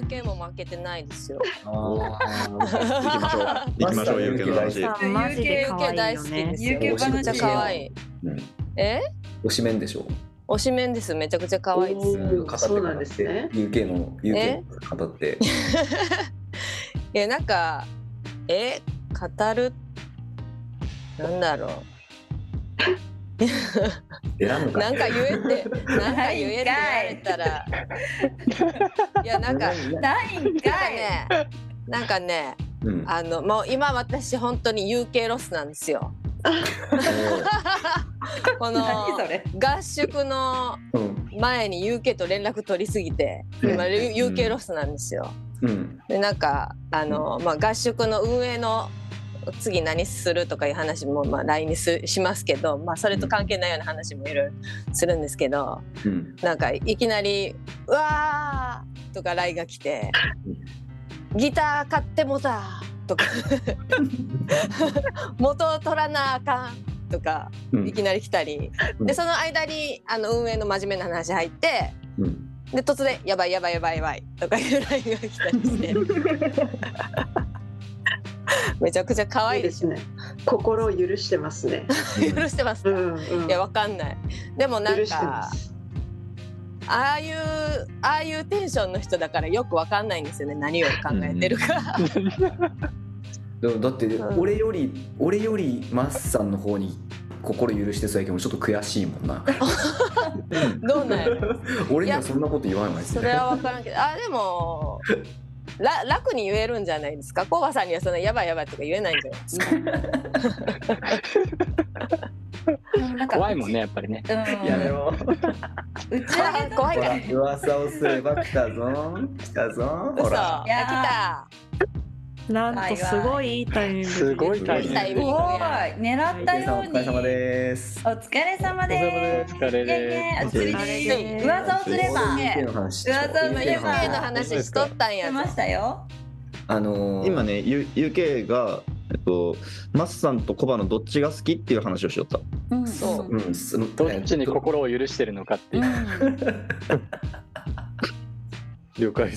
UK も負けてないですよ。 行きましょう行きましょう UK の話。 マジで可 UK 愛い大好きよねですよ。 UK 話めっちゃ可愛い。 推しメンでしょ。 推しメンです。めちゃくちゃ可愛いです。 そうなんですね。 UK の語ってなんか語るなんだろう選むかなんか言えって言われたらいやなんかなんかね、もう今私本当に UK ロスなんですよ。この合宿の前に UK と連絡取りすぎて今 UK ロスなんですよ。でなんか合宿の運営の次何するとかいう話もLINE にしますけど、それと関係ないような話もいろいろするんですけど、なんかいきなり「うわー!」とか LINE が来て「ギター買ってもさ」とか「元を取らなあかん」とかいきなり来たり、でその間に運営の真面目な話入って、で突然「やばいやばいやばいやばい」とかいう LINE が来たりしてめちゃくちゃ可愛いですね。 心を許してますね。 許してますか？いやわかんない。でもなんかああいうテンションの人だからよくわかんないんですよね。何を考えてるか。 でもだって俺よりマスさんの方に心許してそうやけどちょっと悔しいもんな。 どうなんやろ。 俺にはそんなこと言わないですね。 それはわからんけど、でも楽に言えるんじゃないですか。コバさんにはそのやばいやばいとか言えないんじゃないですか。 怖いもんねやっぱりね。 やめろ。 打ち上げ怖いから。 噂をすれば来たぞ。 ほら。来た。 なんとすごいいいタイミング。 すごいタイミング。 狙ったように。 お疲れ様です。 お疲れ様です。 お疲れです。 お釣りです。噂をすれば。 UK の話。 UK の話しとったんや。 しましたよ。 今ね UK がマスさんとコバのどっちが好きっていう話をしよった。 そう。 どっちに心を許してるのかっていう。了解です。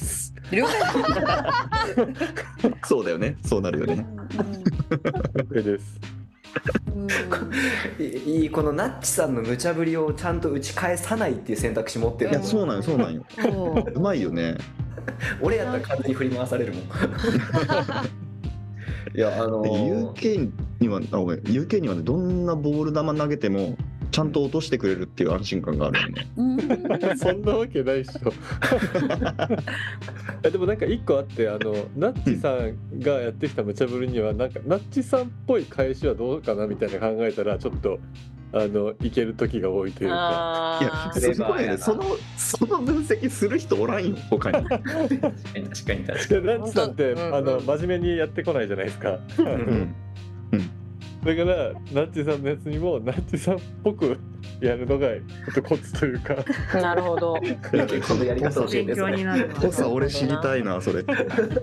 そうだよね。そうなるよね。 了解です。 いいこのナッチさんの無茶ぶりをちゃんと打ち返さないっていう選択肢持ってる。 いやそうなんよ。うまいよね。 俺やったら完全に振り回されるもん。いや UK にはねどんなボール球投げてもちゃんと落としてくれるっていう安心感があるよね。 そんなわけないっしょ。でもなんか一個あってナッチさんがやってきた無茶ぶりにはなんかナッチさんっぽい返しはどうかなみたいな考えたらちょっといける時が多いというか。 いやすごいね。その分析する人おらんよ他に。確かに。 ナッチさんって真面目にやってこないじゃないですか。だからナッチさんのやつにもナッチさんっぽくやるのがコツというか。 なるほど。 このやり方を教えてください。 コツは俺知りたいなそれ。 いや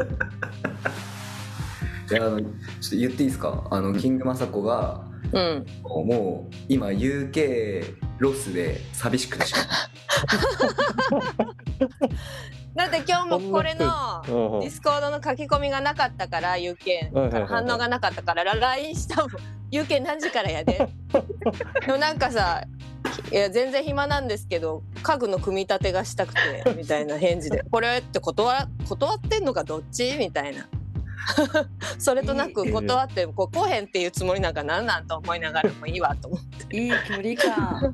ちょっと言っていいですか。キングマサコが、もう今 UK ロスで寂しくてしまう。 だって今日もこれのディスコードの書き込みがなかったから UK から反応がなかったから LINE したもん。UK 何時からやで。でもなんかさ、いや全然暇なんですけど家具の組み立てがしたくてみたいな返事でこれって断ってんのかどっちみたいな。それとなく断ってこう来へんっていうつもりなんかなんなんと思いながらもいいわと思って。 いい距離感。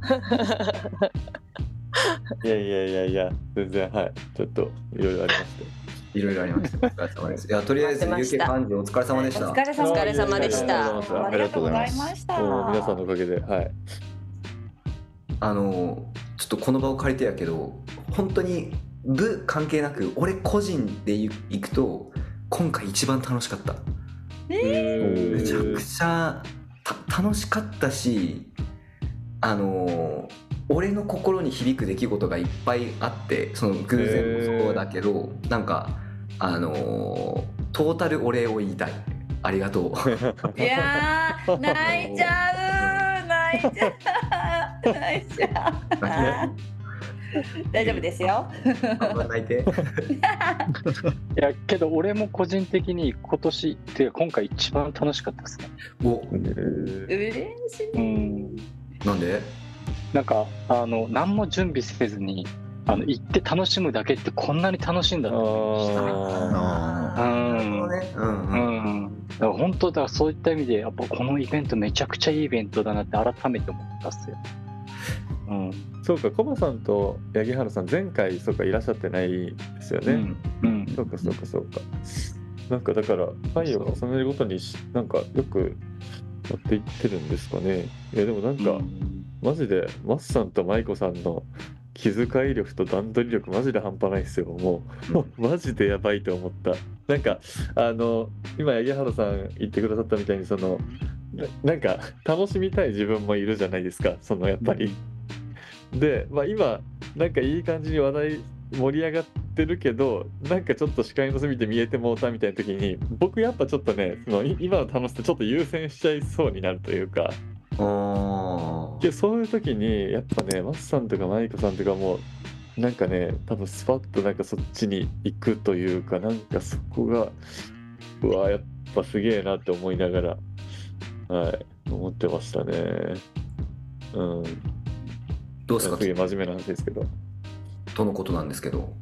いや全然ちょっといろいろありまして。 いろいろありました。お疲れ様です。いやとりあえず UK 幹事お疲れ様でした。 お疲れ様でした。 ありがとうございました。 皆さんのおかげでちょっとこの場を借りてやけど本当に部関係なく俺個人で行くと今回一番楽しかった。めちゃくちゃ楽しかったし俺の心に響く出来事がいっぱいあってその偶然もそうだけどなんかトータルお礼を言いたい。ありがとう。 いやー泣いちゃう。 大丈夫ですよ。 あんま泣いて。 いやけど俺も個人的に今年っていうか今回一番楽しかったですね。 お、 嬉しい。 なんで？ なんか何も準備せずに行って楽しむだけってこんなに楽しいんだって思いましたね。 なるほどね。 だから本当だ、そういった意味でやっぱこのイベントめちゃくちゃいいイベントだなって改めて思ったっすよ。 そうか、コバさんと八木原さん前回そうかいらっしゃってないですよね。そうか。なんかだから回を重ねるごとになんかよくやっていってるんですかね。いやでもなんか、マジでマスさんとマイコさんの気遣い力と段取り力マジで半端ないですよ。もうマジでやばいと思った。なんか今八木原さん言ってくださったみたいになんか楽しみたい自分もいるじゃないですか。やっぱり。で、今なんかいい感じに話題盛り上がってるけど、なんかちょっと視界の隅で見えてもうたみたいな時に、僕やっぱちょっとね今の楽しさちょっと優先しちゃいそうになるというか。そういう時にやっぱね、マスさんとかマイコさんとかもなんかね、多分スパッとなんかそっちに行くというか、なんかそこがうわやっぱすげえなって思いながら思ってましたね。 どうですか？ すげえ真面目な話ですけど。 とのことなんですけど、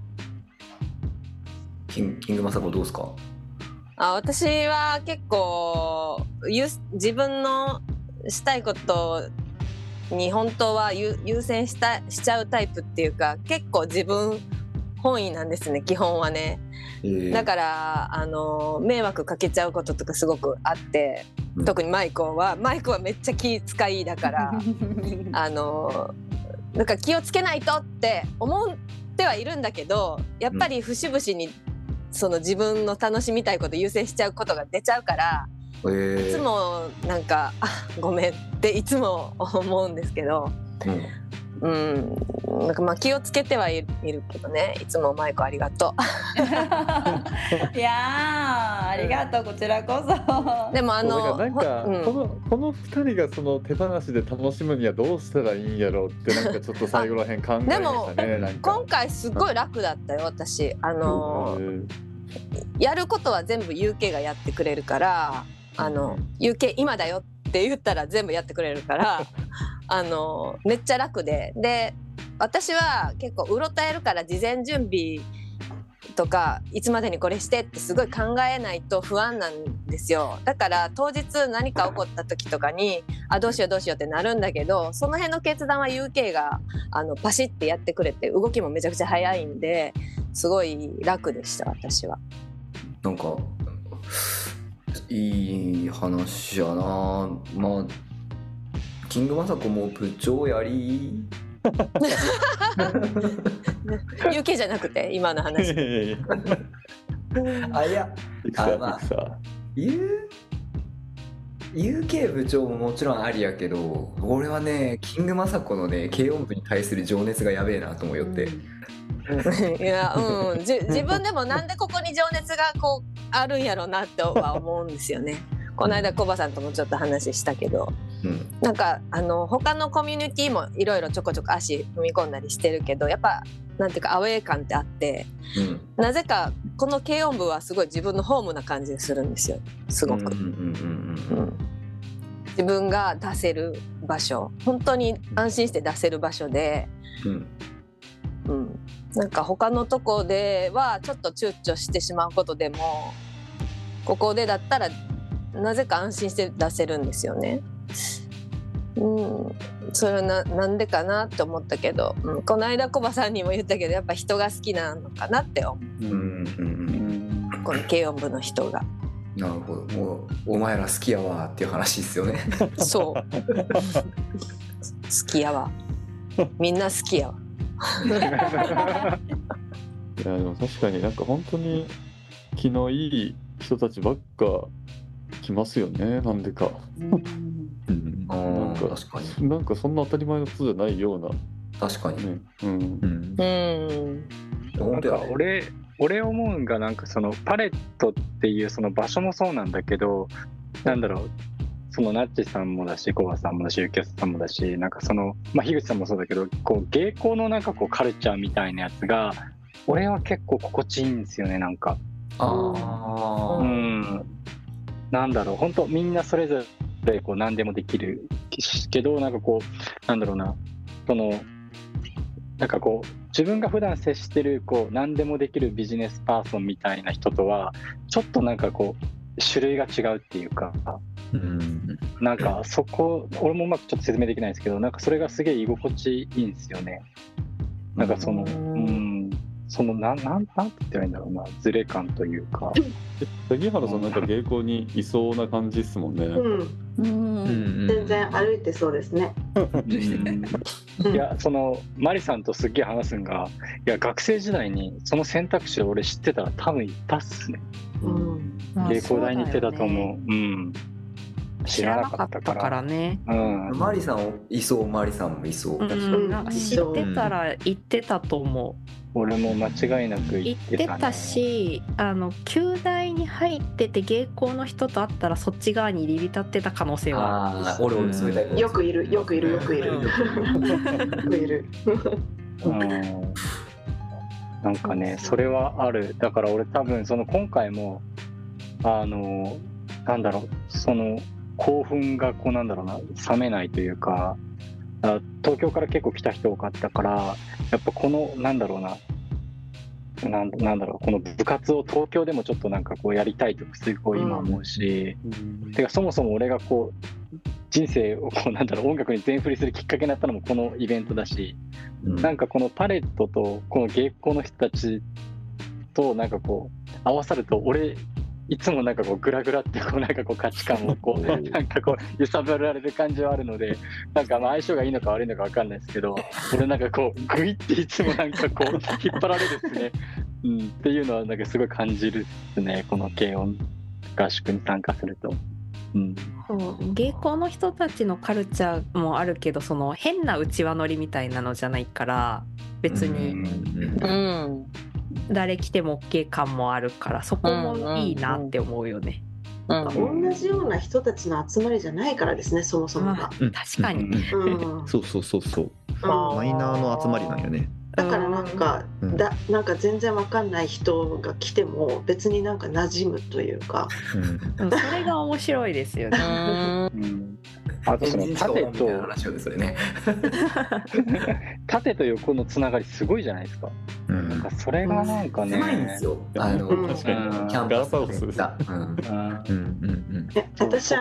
キングマサコどうですか？ 私は結構自分のしたいことに本当は優先しちゃうタイプっていうか、結構自分本位なんですね、基本はね。だから迷惑かけちゃうこととかすごくあって、特にマイコはめっちゃ気遣いだからなんか気をつけないとって思ってはいるんだけど、やっぱり節々に自分の楽しみたいこと優先しちゃうことが出ちゃうから、いつもなんかごめんっていつも思うんですけど、なんか気をつけてはいるけどね。いつもマイコありがとう。いやありがとう、こちらこそ。 でもなんかこの2人が手放しで楽しむにはどうしたらいいんやろうってなんかちょっと最後らへん考えましたね。なんか今回すごい楽だったよ、私。やることは全部 UK がやってくれるから、UK 今だよって言ったら全部やってくれるからめっちゃ楽で、私は結構うろたえるから事前準備とかいつまでにこれしてってすごい考えないと不安なんですよ。だから当日何か起こった時とかにどうしようってなるんだけど、その辺の決断は UK がパシッてやってくれて、動きもめちゃくちゃ早いんですごい楽でした、私は。 なんかいい話やな。キングマサコも部長やり UK じゃなくて今の話 UK 部長ももちろんありやけど、俺はねキングマサコのね軽音部に対する情熱がやべえなと思うよって。 いや自分でもなんでここに情熱があるんやろうなっては思うんですよね。この間コバさんともちょっと話したけど、なんか他のコミュニティもいろいろちょこちょこ足踏み込んだりしてるけど、やっぱなんていうかアウェー感ってあって、なぜかこの軽音部はすごい自分のホームな感じがするんですよ、すごく。自分が出せる場所、本当に安心して出せる場所で、なんか他のとこではちょっと躊躇してしまうことでも、ここでだったらなぜか安心して出せるんですよね。それはなんでかなって思ったけど、この間コバさんにも言ったけど、やっぱ人が好きなのかなって思う。この軽音部の人が。 なるほど、もうお前ら好きやわっていう話ですよね。 そう好きやわ、みんな好きやわ。 いやでも確かになんか本当に気のいい人たちばっか来ますよね、なんでか。なんかそんな当たり前のことじゃないような。 確かにね。 なんか俺思うんが、なんかパレットっていうその場所もそうなんだけど、なんだろう、 そのナッチさんもだし、コバさんもだし、ユキヤさんもだし、なんかその、まあ、樋口さんもそうだけど、こう芸妓のなんかこうカルチャーみたいなやつが俺は結構心地いいんですよね。なんかなんだろう、本当みんなそれぞれこう何でもできるけど、なんかこうなんだろうな、そのなんかこう自分が普段接してるこう何でもできるビジネスパーソンみたいな人とはちょっとなんかこう種類が違うっていうか、なんかそこ俺もうまくちょっと説明できないんですけど、なんかそれがすげえ居心地いいんですよね。なんかそのそのなんて言ったらいいんだろうな、ズレ感というか。 杉原さんなんか芸妓にいそうな感じっすもんね。 全然歩いてそうですね。 いや、そのマリさんとすっげえ話すんが、いや学生時代にその選択肢を俺知ってたら多分行ったっすね。芸妓大に行ってたと思う。知らなかったからね。 マリさんいそう、マリさんもいそう。 なんか知ってたら行ってたと思う。 俺も間違いなく行ってたし、旧大に入ってて芸妓の人と会ったらそっち側に入り浸ってた可能性は。 俺そういうタイプ。 よくいる。 なんかね、それはある。だから俺多分その今回もなんだろう、その興奮がこうなんだろうな、冷めないというか、東京から結構来た人多かったから、やっぱこのなんだろうな、なんだろう、この部活を東京でもちょっとなんかこうやりたいとすごい今思うし、てかそもそも俺がこう人生をこうなんだろう、音楽に全振りするきっかけになったのもこのイベントだし、なんかこのパレットとこの芸妓の人たちとなんかこう合わさると、俺いつもなんかこうグラグラってこうなんかこう価値観をこうなんかこう揺さぶられる感じはあるので、なんか相性がいいのか悪いのか分かんないですけど、俺なんかこうグイっていつもなんかこう引っ張られるですね、っていうのはなんかすごい感じるですね、この軽音合宿に参加すると。 芸妓の人たちのカルチャーもあるけど、その変な内輪乗りみたいなのじゃないから別に誰来ても OK 感もあるから、そこもいいなって思うよね。 同じような人たちの集まりじゃないからですね、そもそもが。 確かに。 そうマイナーの集まりなんよね。 だからなんかなんか全然わかんない人が来ても別になんか馴染むというか、 それが面白いですよね。 あとその縦と縦と横のつながりすごいじゃないですか。なんかそれがなんかね、 狭いんですよ。確かにキャンパスだ。 私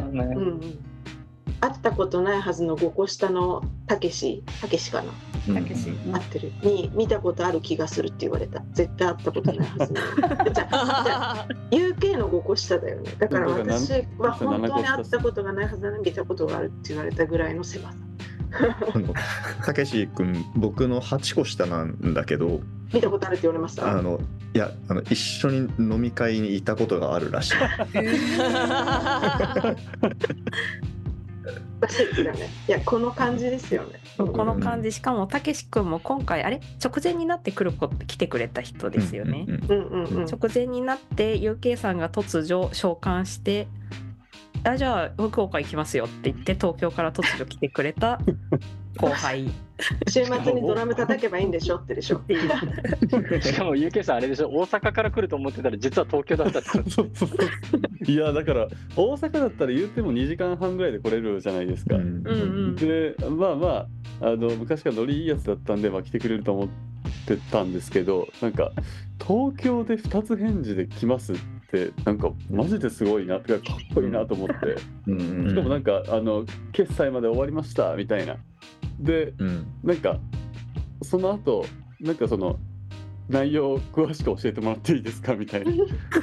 会ったことないはずの5個下のたけしかな、合ってるに見たことある気がするって言われた。絶対会ったことないはずなの。じゃあ UK の5個下だよね。だから私は本当に会ったことがないはずなのに見たことがあるって言われたぐらいの狭さ。 たけし君僕の8個下なんだけど、 見たことあるって言われました？ いや一緒に飲み会に行ったことがあるらしい。 いやこの感じですよね。 この感じ。しかもたけし君も今回直前になって来てくれた人ですよね。直前になって UK さんが突如召喚して、じゃあ福岡行きますよって言って東京から突如来てくれた後輩。 週末にドラム叩けばいいんでしょってでしょ。 しかも UK さんあれでしょ、大阪から来ると思ってたら実は東京だったって。 いやだから大阪だったら言っても2時間半ぐらいで来れるじゃないですか。で昔からノリいいやつだったんで、来てくれると思ってたんですけど、なんか東京で2つ返事で来ますってなんかマジですごいなってかっこいいなと思って、しかもなんか決済まで終わりましたみたいな。で、なんかその後なんかその内容を詳しく教えてもらっていいですかみたいな。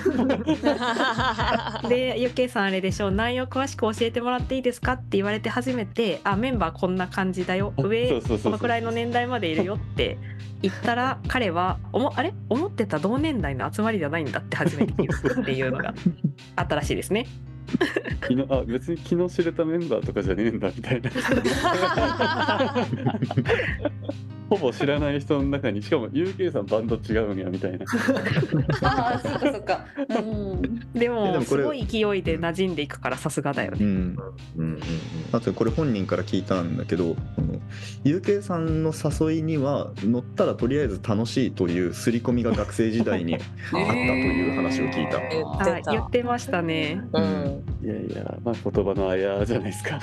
でゆけいさんあれでしょ、内容詳しく教えてもらっていいですかって言われて初めて、メンバーこんな感じだよ、上このくらいの年代までいるよって言ったら、彼は思ってた同年代の集まりじゃないんだって初めて気づくっていうのがあったらしいですね。 別に昨日知れたメンバーとかじゃねえんだみたいな。 ほぼ知らない人の中にしかも UK さんバンド違うんやみたいなああそっかそっか、うん、でもすごい勢いで馴染んでいくからさすがだよね、 あとこれ本人から聞いたんだけど、UK さんの誘いには乗ったらとりあえず楽しいという刷り込みが学生時代にあったという話を聞いた。 あ、言ってましたね、 いやいや、まあ、言葉のあやじゃないですか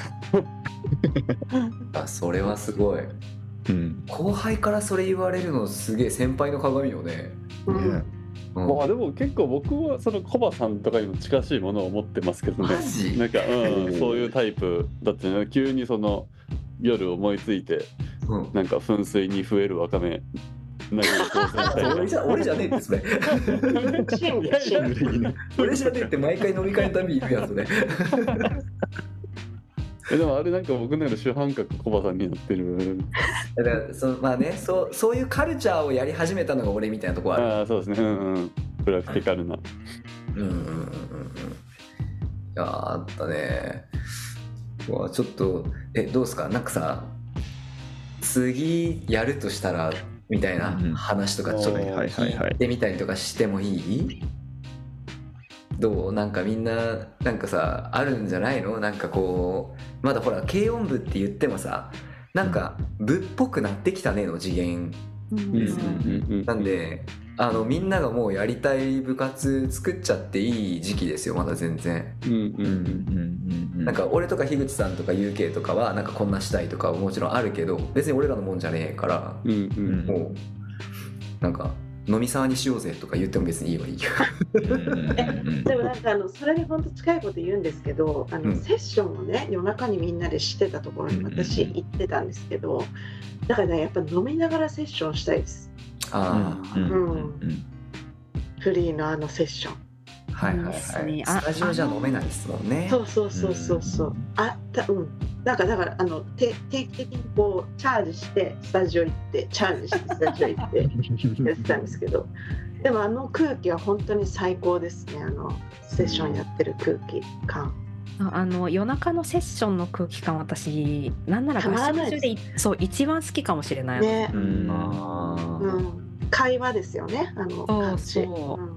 あ、それはすごい、後輩からそれ言われるのすげえ先輩の鏡よね。 まあでも結構僕はそのコバさんとかにも近しいものを持ってますけどね。 マジ？ なんか、そういうタイプだってね、急にその夜思いついて、なんか噴水に増えるワカメ投げる当選みたいな。 俺じゃねえってそれ。俺じゃねえって毎回飲み会のたびに言うやつね。 でもあれなんか僕の中で主犯格コバさんになってる。 だからまあね、そういうカルチャーをやり始めたのが俺みたいなとこある。 ああそうですね。プラクティカルな。いやあったね。わちょっとどうですか、なんかさ次やるとしたらみたいな話とかちょっと聞いてみたりとかしてもいい？どう？なんかみんななんかさあるんじゃないの？なんかこうまだほら軽音部って言ってもさなんか部っぽくなってきたねの次元ですよ、なんでみんながもうやりたい部活作っちゃっていい時期ですよまだ全然。なんか俺とか樋口さんとか UK とかはなんかこんなしたいとかはもちろんあるけど別に俺らのもんじゃねえから、もうなんか飲み騒にしようぜとか言っても別にいいわいいよでもなんかそれに本当近いこと言うんですけどセッションをね夜中にみんなでしてたところに私行ってたんですけど、だからねやっぱ飲みながらセッションしたいです。フリーのセッション。 はいはいはい。スタジオじゃ飲めないですもんね。 そう。なんかだから定期的にこうチャージしてスタジオ行ってチャージしてスタジオ行ってやってたんですけど、でも空気は本当に最高ですね。セッションやってる空気感。 夜中のセッションの空気感私なんなら合宿中でそう一番好きかもしれないね。 会話ですよね感じ。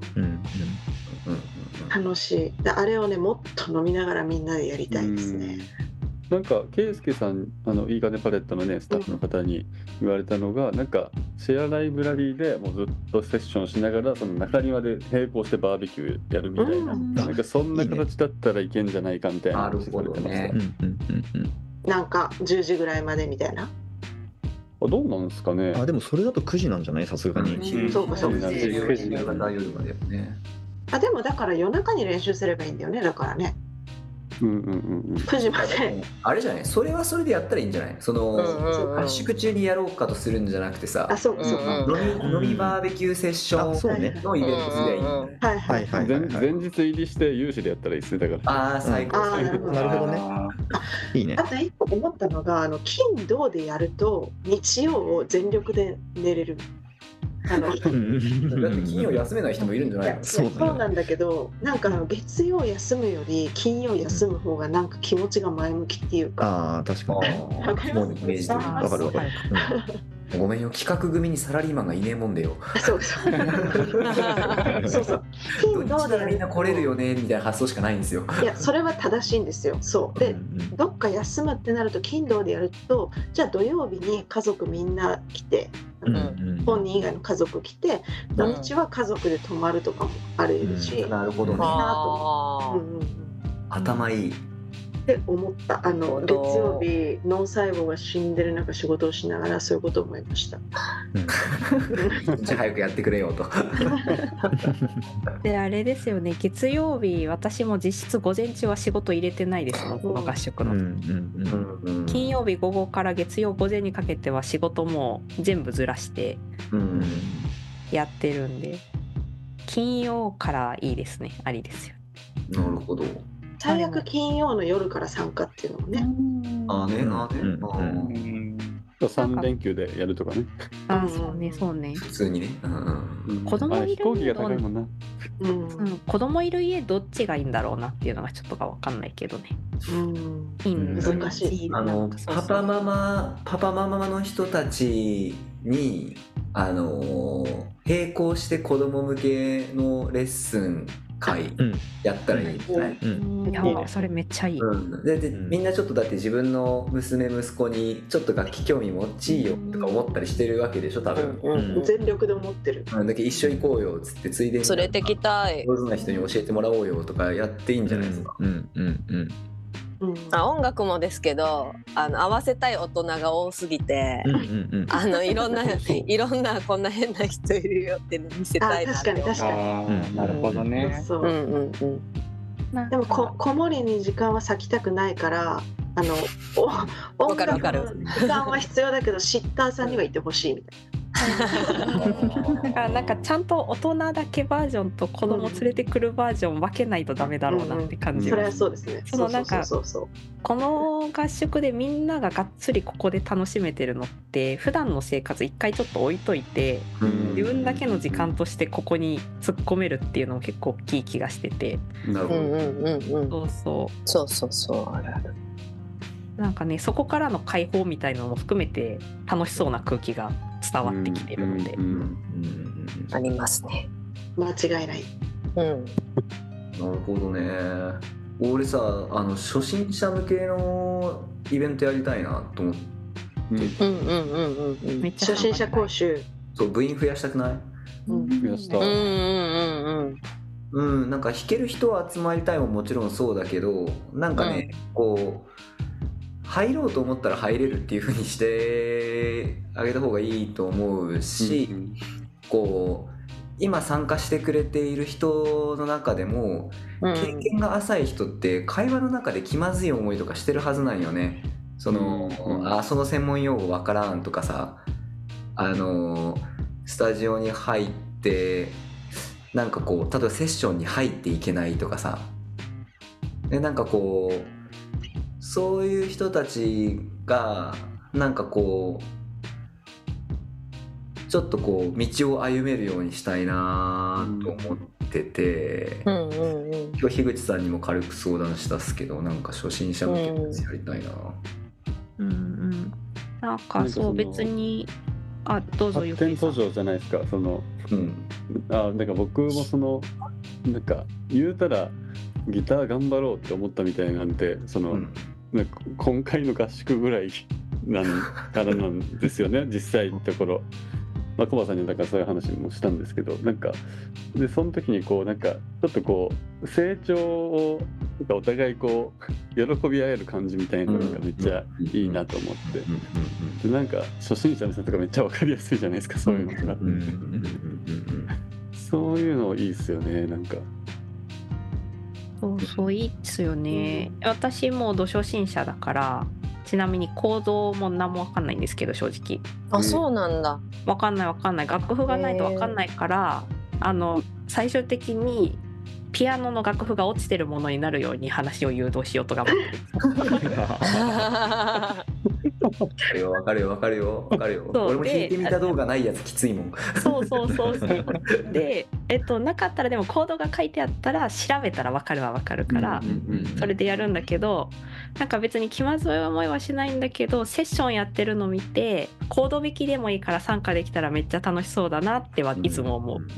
楽しい。あれをねもっと飲みながらみんなでやりたいですね。 なんか圭介さんいいかねパレットのねスタッフの方に言われたのが、なんかシェアライブラリーでもうずっとセッションしながらその中庭で並行してバーベキューやるみたいな、なんかそんな形だったらいけんじゃないかみたいな話されてました。 なんか10時ぐらいまでみたいな。 どうなんですかね。 でもそれだと9時なんじゃない？さすがに。 そうかそうか。 9時夕方夜までね。 でもだから夜中に練習すればいいんだよね。だからね。9時まであれじゃない？それはそれでやったらいいんじゃない？その合宿中にやろうかとするんじゃなくてさ、 そうか飲みバーベキューセッションのイベントすりゃいいんだよ。 前日入りして有志でやったらいいですね。だから最高。 なるほどね。いいね。 あと一個思ったのが金土でやると日曜を全力で寝れる。 だって金曜休めない人もいるんじゃないの？ そうなんだけど、なんか月曜休むより金曜休む方がなんか気持ちが前向きっていうか。 確かに。 もうイメージ的にわかる。ごめんよ、企画組にサラリーマンがいねえもんでよ。そう金土でみんな来れるよねみたいな発想しかないんですよ。 いやそれは正しいんですよ。そうでどっか休むってなると金土でやると、じゃあ土曜日に家族みんな来て、本人以外の家族来て土日は家族で泊まるとかもあるし、 なるほどね。頭いいって思った。月曜日脳細胞が死んでる中仕事をしながらそういうことを思いました。 じゃあ早くやってくれよと。 であれですよね、月曜日私も実質午前中は仕事入れてないですもん、この合宿の。金曜日午後から月曜午前にかけては仕事も全部ずらしてやってるんで、金曜からいいですね、ありですよ。 なるほど。 最悪金曜の夜から参加っていうのもね。 3連休でやるとかね。 そうね。 普通にね。 子供いる飛行機が高いもんな。 子供いる家どっちがいいんだろうなっていうのがちょっと分かんないけどね。 難しい。 パパママの人たちに並行して子供向けのレッスン会やったらいいんじゃない？ いやそれめっちゃいい。 でみんなちょっとだって自分の娘息子にちょっと楽器興味持ちいいよとか思ったりしてるわけでしょ多分。 全力で思ってる。 だけど一緒行こうよっつってついでに連れてきたい。 上手な人に教えてもらおうよとかやっていいんじゃないですか。 音楽もですけど合わせたい大人が多すぎて、いろんなこんな変な人いるよって見せたいなって。 確かになるほどね。 でも子守に時間は割きたくないから音楽の時間は必要だけどシッターさんにはいてほしいみたいな。 だからなんかちゃんと大人だけバージョンと子供連れてくるバージョン分けないとダメだろうなって感じ。 それはそうですね。 なんかこの合宿でみんなががっつりここで楽しめてるのって普段の生活一回ちょっと置いといて自分だけの時間としてここに突っ込めるっていうのも結構大きい気がしてて。 なるほど。そうあるある。 なんかねそこからの解放みたいなのも含めて楽しそうな空気が伝わってきてるので、 ありますね。 間違いない。 なるほどね。俺さ初心者向けのイベントやりたいなと思って。 めっちゃ初心者講習。 そう部員増やしたくない？ 増やした。 なんか弾ける人は集まりたいももちろんそうだけどなんかね、こう入ろうと思ったら入れるっていう風にしてあげた方がいいと思うし、こう今参加してくれている人の中でも、経験が浅い人って会話の中で気まずい思いとかしてるはずなんよね。その専門用語わからんとかさスタジオに入ってなんかこう例えばセッションに入っていけないとかさでなんかこうそういう人たちがなんかこうちょっとこう道を歩めるようにしたいなと思ってて、今日樋口さんにも軽く相談したっすけどなんか初心者向けのやつやりたいな。 なんかそう別にどうぞ発展途上じゃないですかなんか僕もなんか言うたらギター頑張ろうって思ったみたいなんでなんか今回の合宿ぐらいからなんですよね実際のところ。コバさんにだからそういう話もしたんですけどなんかでその時にこうなんかちょっとこう成長をなんかお互いこう喜び合える感じみたいなのがめっちゃいいなと思ってでなんか初心者の人とかめっちゃ分かりやすいじゃないですかそういうのがそういうのいいっすよねなんか。 そういいっすよね。私もど初心者だからちなみにコードも何も分かんないんですけど正直。 そうなんだ。 分かんない楽譜がないと分かんないから最終的にピアノの楽譜が落ちてるものになるように話を誘導しようと頑張ってるわかるよ俺も弾いてみた動画ないやつきついもん。 そうでなかったらでもコードが書いてあったら調べたら分かるからそれでやるんだけどなんか別に気まずい思いはしないんだけどセッションやってるの見てコード弾きでもいいから参加できたらめっちゃ楽しそうだなってはいつも思う。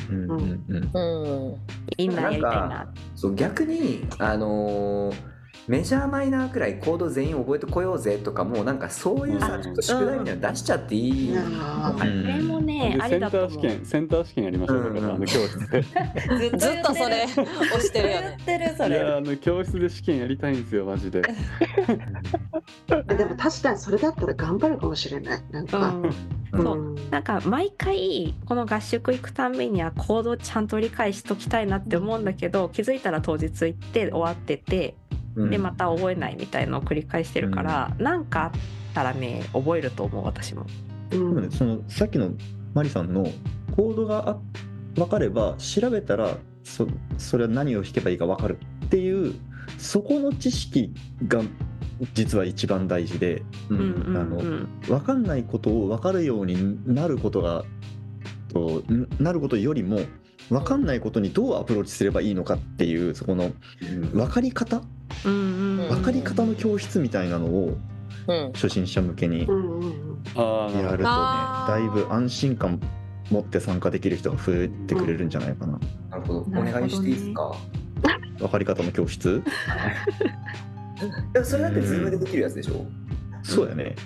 みんなやりたいな。 そう逆にメジャーマイナーくらいコード全員覚えてこようぜとかもうなんかそういうさちょっと宿題みたいなの出しちゃっていい。 でもねあれだと思う。 センター試験やりましょうだから教室でずっとそれ押してるよね。 いや教室で試験やりたいんですよマジで。でも確かにそれだったら頑張るかもしれないなんか。 なんか毎回この合宿行くたんびにはコードちゃんと理解しときたいなって思うんだけど気づいたら当日行って終わっててでまた覚えないみたいのを繰り返してるからなんかあったらね覚えると思う私も。 でもねさっきのマリさんのコードが分かれば調べたらそれは何を弾けばいいか分かるっていうそこの知識が実は一番大事で、分かんないことを分かるようになることよりも分かんないことにどうアプローチすればいいのかっていうそこの分かり方の教室みたいなのを初心者向けにやるとね、だいぶ安心感持って参加できる人が増えてくれるんじゃないかな。 なるほど、お願いしていいですか。 分かり方の教室それだってズームでできるやつでしょ。 そうやね。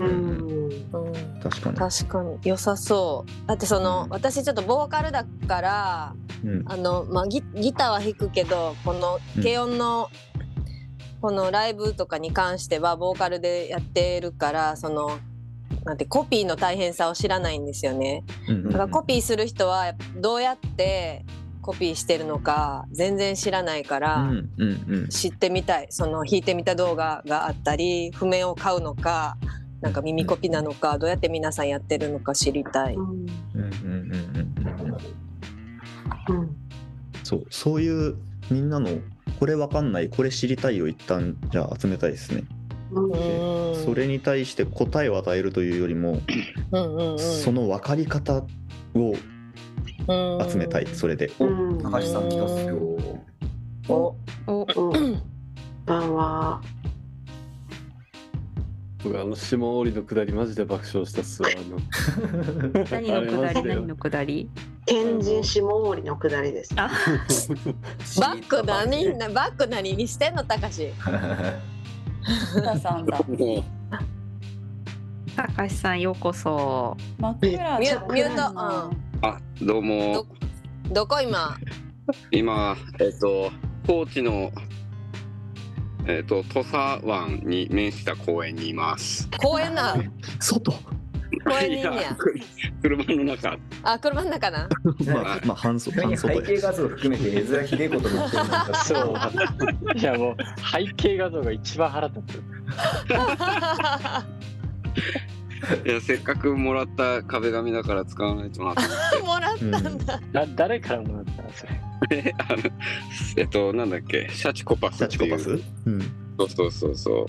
確かに良さそう。だって私ちょっとボーカルだから、ギターは弾くけど、この軽音のこのライブとかに関してはボーカルでやってるから、なんてコピーの大変さを知らないんですよね。だからコピーする人はどうやってコピーしてるのか全然知らないから、知ってみたい。弾いてみた動画があったり、譜面を買うのか、なんか耳コピなのか、どうやって皆さんやってるのか知りたい。 そういうみんなのこれわかんない、これ知りたいを一旦じゃあ集めたいですね。それに対して答えを与えるというよりも、その分かり方を集めたい。それで高橋さん来ますよ。 ばんは。 僕下降りのくだりマジで爆笑したっすわ。 何のくだり？ 天神下降りのくだりです。 バック何にしてんの、たかし。 さんだ。たかしさんようこそ。 ミュート。 どうも。 どこ今？ 今高知の土佐湾に面した公園にいます。 公園な。 外。 公園にいんねや。 車の中。 車の中な。 半外背景画像含めて絵面ひでえことになってるんだ。 そう。いやもう背景画像が一番腹立つ。 いや、せっかくもらった壁紙だから使わないとなと思って。 もらったんだ。 誰からもらったのそれ。なんだっけ、シャチコパス。 シャチコパス？ そう。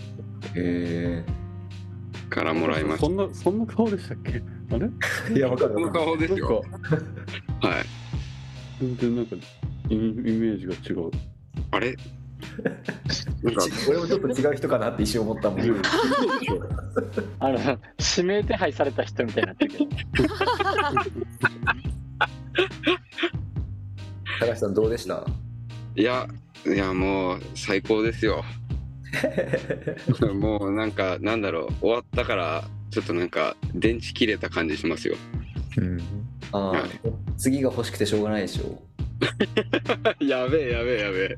からもらいました。 そんな顔でしたっけ？あれ？ いや、わかる。 その顔ですよ。はい。 全然なんかイメージが違う。 あれ？ なんか俺もちょっと違う人かなって一瞬思ったもん。 指名手配された人みたいになってるけど。 高橋さんどうでした？ いやもう最高ですよ。もうなんかなんだろう、終わったからちょっとなんか電池切れた感じしますよ。 次が欲しくてしょうがないでしょ。 やべえ。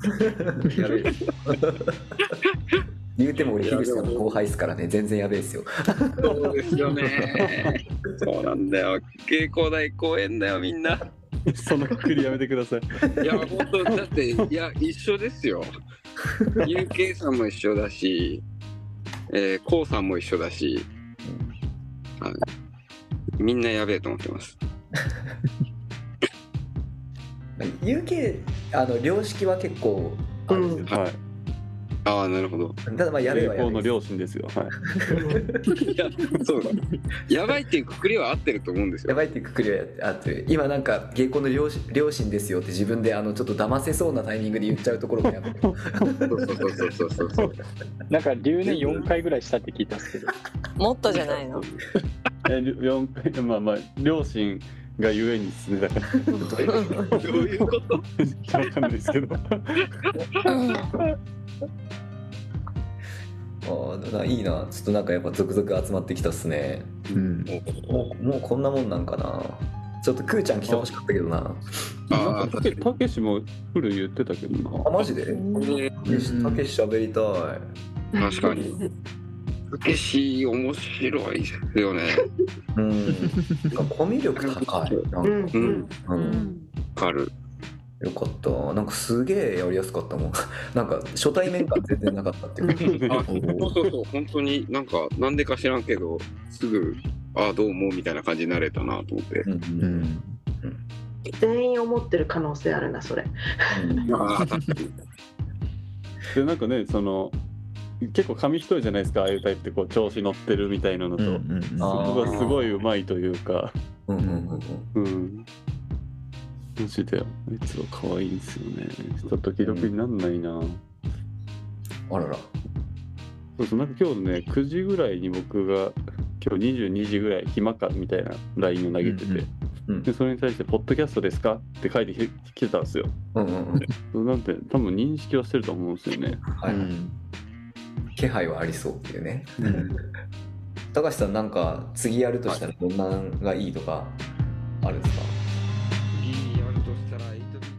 言うても俺樋口さんの後輩ですからね、全然やべえですよ。 そうですよね。そうなんだよ。芸工大公園だよみんな。 そのくくりやめてください。 いや本当だって一緒ですよ。UK さんも一緒だし、コウさんも一緒だし、みんなやべえと思ってます。 UK 良識は結構あるんですよ。 はい。ああ、なるほど。 ただやべえはやべえ。 の両親ですよ。はい。 いや、そうだ。やばいっていうくくりは合ってると思うんですよ。 やばいっていうくくりは合ってる。今なんか芸妓の両親ですよって自分でちょっと騙せそうなタイミングで言っちゃうところもやめて。そう。 なんか留年4回ぐらいしたって聞いたんですけど。 もっとじゃないの ？4回、まあ両親がゆえにですね、だから。 どういうこと？ わかんないですけど。 いいな。ちょっとなんかやっぱ続々集まってきたっすね。もうこんなもんなんかな。ちょっとクーちゃん来てほしかったけどな。 たけしもフル言ってたけどな。 マジで？たけし喋りたい。確かに。たけし面白いですよね。 コミュ力高い。わかる。よかった。なんかすげえやりやすかったもん。なんか初対面感全然なかったっていう。 そう本当になんかなんでか知らんけどすぐどうもみたいな感じになれたなと思って。 全員思ってる可能性あるなそれ。 でなんかね結構紙一重じゃないですか、ああいうタイプってこう調子乗ってるみたいなのと、そこがすごいうまいというか。マジであいつは可愛いんですよね。ちょっと既読になんないな。 あらら。 そうなんか今日ね9時ぐらいに僕が今日22時ぐらい暇かみたいな LINE を投げてて、でそれに対して「ポッドキャストですか?」って書いてきてたんですよ。なんて多分認識はしてると思うんですよね。 気配はありそうっていうね。高橋さんなんか次やるとしたらどんなのがいいとかあるんですか？ 次やるとしたら